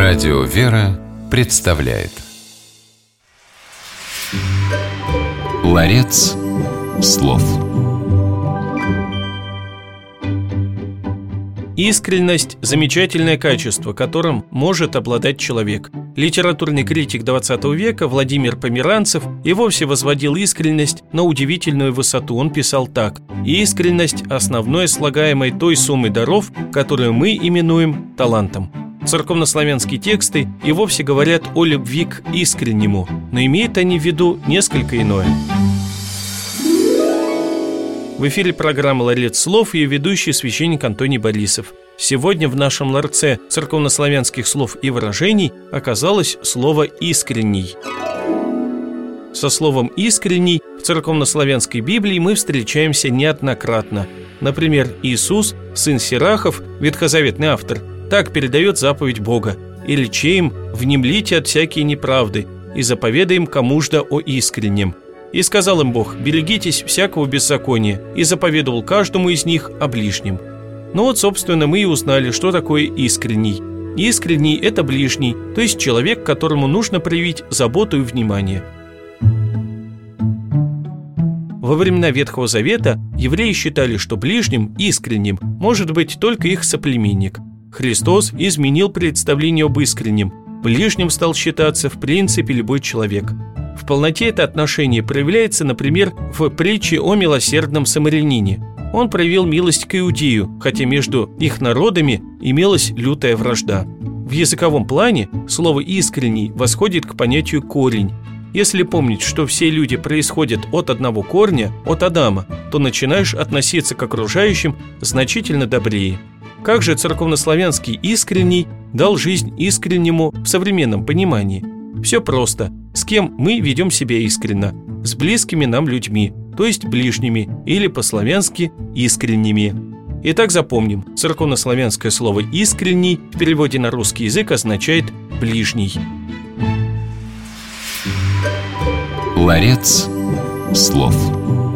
Радио «Вера» представляет Ларец слов. Искренность – замечательное качество, которым может обладать человек. Литературный критик XX века Владимир Померанцев и вовсе возводил искренность на удивительную высоту. Он писал так: «Искренность – основное слагаемое той суммы даров, которую мы именуем талантом». Церковнославянские тексты и вовсе говорят о любви к искреннему, но имеют они в виду несколько иное. В эфире программа «Ларец слов» и ее ведущий священник Антоний Борисов. Сегодня в нашем ларце церковнославянских слов и выражений оказалось слово «искренний». Со словом «искренний» в церковнославянской Библии мы встречаемся неоднократно. Например, Иисус, сын Сирахов, ветхозаветный автор, так передает заповедь Бога: «И речем, внемлите от всякие неправды, и заповедаем комужда о искреннем. И сказал им Бог: берегитесь всякого беззакония, и заповедовал каждому из них о ближнем». Ну вот, собственно, мы и узнали, что такое искренний. Искренний – это ближний, то есть человек, которому нужно проявить заботу и внимание. Во времена Ветхого Завета евреи считали, что ближним, искренним, может быть только их соплеменник. Христос изменил представление об искреннем. Ближним стал считаться в принципе любой человек. В полноте это отношение проявляется, например, в притче о милосердном самарянине. Он проявил милость к Иудею, хотя между их народами имелась лютая вражда. В языковом плане слово «искренний» восходит к понятию «корень». Если помнить, что все люди происходят от одного корня, от Адама, то начинаешь относиться к окружающим значительно добрее. Как же церковнославянский «искренний» дал жизнь искреннему в современном понимании? Все просто. С кем мы ведем себя искренно? С близкими нам людьми, то есть ближними, или по-славянски искренними. Итак, запомним, церковнославянское слово «искренний» в переводе на русский язык означает «ближний». Ларец слов.